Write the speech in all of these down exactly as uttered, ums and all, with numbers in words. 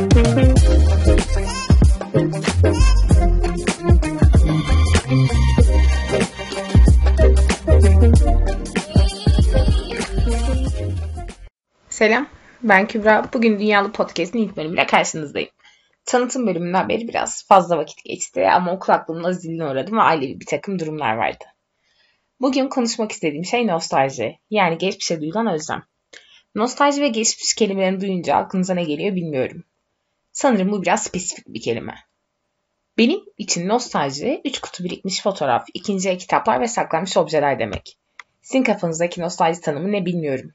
Selam, ben Kübra. Bugün Dünyalı Podcast'in ilk bölümüyle karşınızdayım. Tanıtım bölümünden beri biraz fazla vakit geçti ama okul aklımın aziline uğradım ve ailevi bir takım durumlar vardı. Bugün konuşmak istediğim şey nostalji, yani geçmişe duyulan özlem. Nostalji ve geçmiş kelimelerini duyunca aklınıza ne geliyor bilmiyorum. Sanırım bu biraz spesifik bir kelime. Benim için nostalji, üç kutu birikmiş fotoğraf, ikinci el kitaplar ve saklanmış objeler demek. Sizin kafanızdaki nostalji tanımı ne bilmiyorum.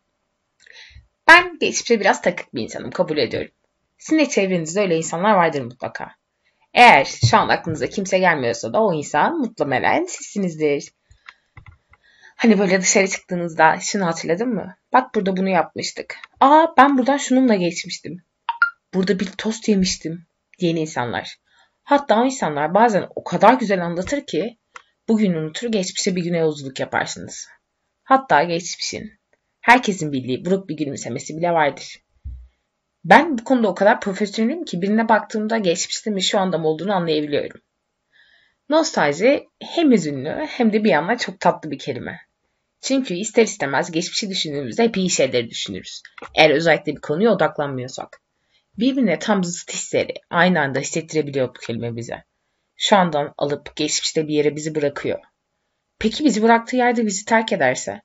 Ben geçmişe biraz takık bir insanım, kabul ediyorum. Sizin de çevrenizde öyle insanlar vardır mutlaka. Eğer şu an aklınıza kimse gelmiyorsa da o insan muhtemelen sizsinizdir. Hani böyle dışarı çıktığınızda şunu hatırladın mı? Bak burada bunu yapmıştık. Aa ben buradan şununla geçmiştim. Burada bir tost yemiştim diyen insanlar. Hatta o insanlar bazen o kadar güzel anlatır ki bugün unutur geçmişe bir güne yolculuk yaparsınız. Hatta geçmişin herkesin bildiği buruk bir gülümsemesi bile vardır. Ben bu konuda o kadar profesyonelim ki birine baktığımda geçmişte mi şu anda mı olduğunu anlayabiliyorum. Nostalji hem üzünlü hem de bir yandan çok tatlı bir kelime. Çünkü ister istemez geçmişi düşündüğümüzde hep iyi şeyleri düşünürüz. Eğer özellikle bir konuya odaklanmıyorsak. Birbirine tam zıt hisleri aynı anda hissettirebiliyor bu kelime bize. Şu andan alıp geçmişte bir yere bizi bırakıyor. Peki bizi bıraktığı yerde bizi terk ederse?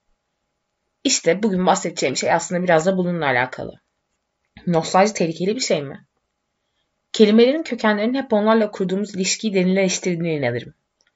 İşte bugün bahsedeceğim şey aslında biraz da bununla alakalı. Nostalji tehlikeli bir şey mi? Kelimelerin kökenlerinin hep onlarla kurduğumuz ilişkiyi derinleştirdiğine inanırım.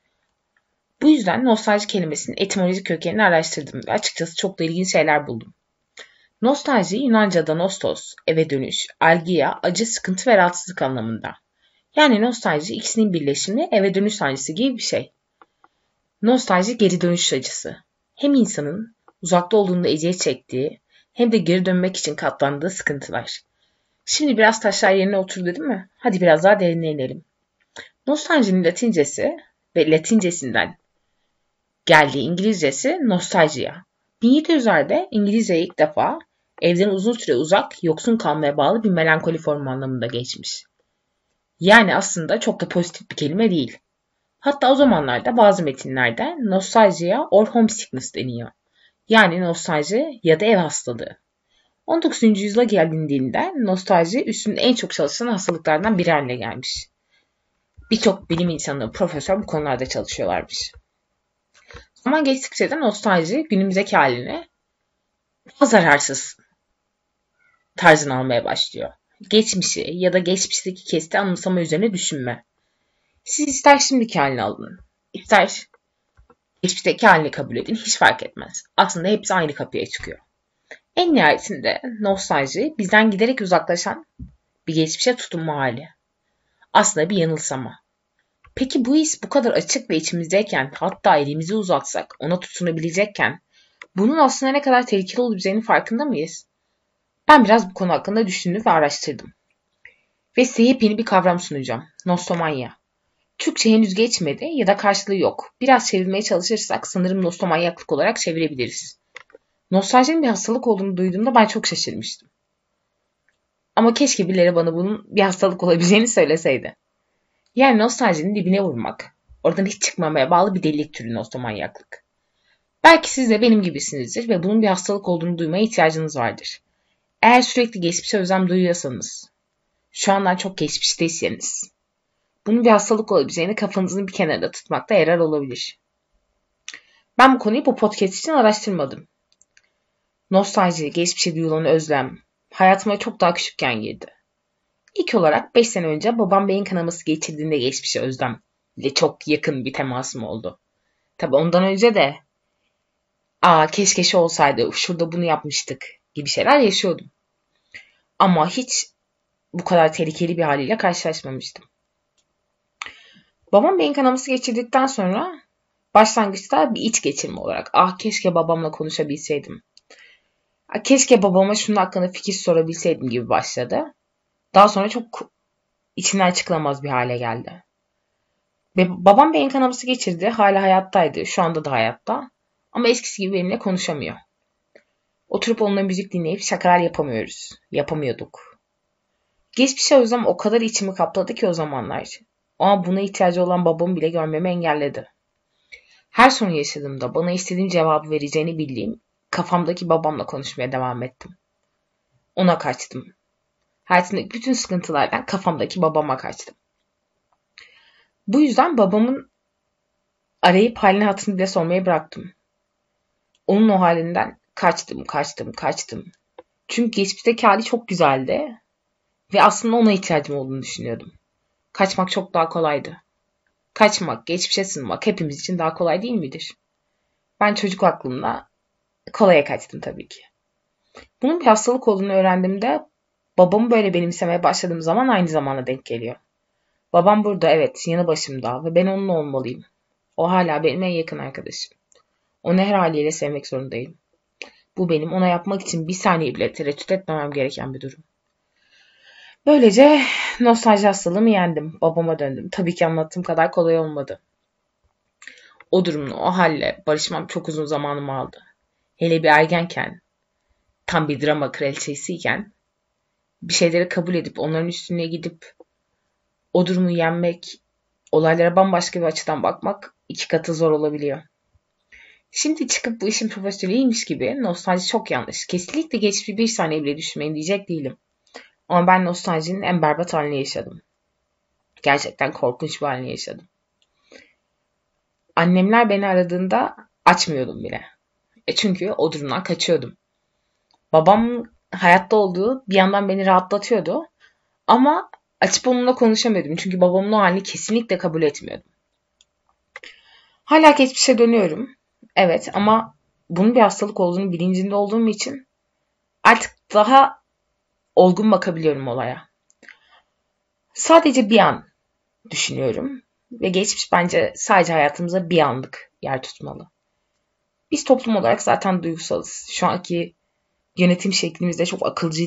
Bu yüzden nostalji kelimesinin etimolojik kökenini araştırdım ve açıkçası çok da ilginç şeyler buldum. Nostalji Yunanca'da nostos, eve dönüş, algia, acı, sıkıntı ve rahatsızlık anlamında. Yani nostalji ikisinin birleşimi eve dönüş sancısı gibi bir şey. Nostalji geri dönüş acısı. Hem insanın uzakta olduğunda eziyet çektiği hem de geri dönmek için katlandığı sıkıntılar. Şimdi biraz taşlar yerine oturdu değil mi? Hadi biraz daha derine inelim. Nostaljinin Latincesi ve Latincesinden geldiği İngilizcesi nostalgia. bin yedi yüzlerde İngilizceye ilk defa evden uzun süre uzak, yoksun kalmaya bağlı bir melankoli formu anlamında geçmiş. Yani aslında çok da pozitif bir kelime değil. Hatta o zamanlarda bazı metinlerde nostalgia or homesickness deniyor. Yani nostalji ya da ev hastalığı. on dokuzuncu yüzyıla gelindiğinde nostalji üstünde en çok çalışılan hastalıklardan biri haline gelmiş. Birçok bilim insanı, profesör bu konularda çalışıyorlarmış. Zaman geçtikçe de nostalji günümüzdeki halini daha zararsız tarzını almaya başlıyor. Geçmişi ya da geçmişteki kesiti anımsama üzerine düşünme. Siz ister şimdiki halini alın, ister geçmişteki halini kabul edin, hiç fark etmez. Aslında hepsi aynı kapıya çıkıyor. En nihayetinde nostalji bizden giderek uzaklaşan bir geçmişe tutunma hali. Aslında bir yanılsama. Peki bu his bu kadar açık ve içimizdeyken, hatta elimizi uzatsak ona tutunabilecekken bunun aslında ne kadar tehlikeli olabileceğinin farkında mıyız? Ben biraz bu konu hakkında düşündüm ve araştırdım. Ve size yepyeni bir kavram sunacağım. Nostomanya. Türkçe henüz geçmedi ya da karşılığı yok. Biraz çevirmeye çalışırsak sanırım nostomanyaklık olarak çevirebiliriz. Nostaljinin bir hastalık olduğunu duyduğumda ben çok şaşırmıştım. Ama keşke birileri bana bunun bir hastalık olabileceğini söyleseydi. Yani nostaljinin dibine vurmak, oradan hiç çıkmamaya bağlı bir delilik türü nostomanyaklık. Belki siz de benim gibisinizdir ve bunun bir hastalık olduğunu duymaya ihtiyacınız vardır. Eğer sürekli geçmişe özlem duyuyorsanız, şu andan çok geçmişteyseniz, bunun bir hastalık olabileceğini kafanızın bir kenarında tutmakta yarar olabilir. Ben bu konuyu bu podcast için araştırmadım. Nostalji, geçmişe duyulan özlem, hayatıma çok daha küçükken girdi. İlk olarak beş sene önce babam beyin kanaması geçirdiğinde geçmişe özlem ile çok yakın bir temasım oldu. Tabii ondan önce de aa keşke şu olsaydı, şurada bunu yapmıştık gibi şeyler yaşıyordum. Ama hiç bu kadar tehlikeli bir haliyle karşılaşmamıştım. Babam beyin kanaması geçirdikten sonra başlangıçta bir iç geçirme olarak ah keşke babamla konuşabilseydim. Keşke babama şunun hakkında fikir sorabilseydim gibi başladı. Daha sonra çok içinden çıkılamaz bir hale geldi. Ve babam beyin kanaması geçirdi. Hala hayattaydı. Şu anda da hayatta. Ama eskisi gibi benimle konuşamıyor. Oturup onunla müzik dinleyip şakalar yapamıyoruz. Yapamıyorduk. Geçmişe özlem o kadar içimi kapladı ki o zamanlar. Ama buna ihtiyacı olan babamı bile görmemi engelledi. Her sorun yaşadığımda bana istediğim cevabı vereceğini bildiğim kafamdaki babamla konuşmaya devam ettim. Ona kaçtım. Hayatımdaki bütün sıkıntılardan kafamdaki babama kaçtım. Bu yüzden babamın arayıp halini hatırını bile sormayı bıraktım. Onun o halinden kaçtım, kaçtım, kaçtım. Çünkü geçmişteki hali çok güzeldi. Ve aslında ona ihtiyacım olduğunu düşünüyordum. Kaçmak çok daha kolaydı. Kaçmak, geçmişe sığınmak hepimiz için daha kolay değil midir? Ben çocuk aklımla kolaya kaçtım tabii ki. Bunun bir hastalık olduğunu öğrendiğimde babamı böyle benimsemeye başladığım zaman aynı zamana denk geliyor. Babam burada, evet, yanı başımda ve ben onunla olmalıyım. O hala benim en yakın arkadaşım. Onu her haliyle sevmek zorundayım. Bu benim ona yapmak için bir saniye bile tereddüt etmemem gereken bir durum. Böylece nostalji hastalığımı yendim. Babama döndüm. Tabii ki anlattığım kadar kolay olmadı. O durumla, o halle barışmam çok uzun zamanımı aldı. Hele bir ergenken, tam bir drama kraliçesiyken, bir şeyleri kabul edip onların üstüne gidip o durumu yenmek, olaylara bambaşka bir açıdan bakmak iki katı zor olabiliyor. Şimdi çıkıp bu işin profesyoneliymiş gibi nostalji çok yanlış. Kesinlikle geçmiş bir saniye bile düşünmeyin diyecek değilim. Ama ben nostaljinin en berbat halini yaşadım. Gerçekten korkunç bir halini yaşadım. Annemler beni aradığında açmıyordum bile. E çünkü o durumdan kaçıyordum. Babam hayatta olduğu bir yandan beni rahatlatıyordu. Ama açıp onunla konuşamıyordum. Çünkü babamın o halini kesinlikle kabul etmiyordum. Hala geçmişe dönüyorum. Evet, ama bunun bir hastalık olduğunu bilincinde olduğum için artık daha olgun bakabiliyorum olaya. Sadece bir an düşünüyorum. Ve geçmiş bence sadece hayatımıza bir anlık yer tutmalı. Biz toplum olarak zaten duygusalız. Şu anki yönetim şeklimiz de çok akılcı.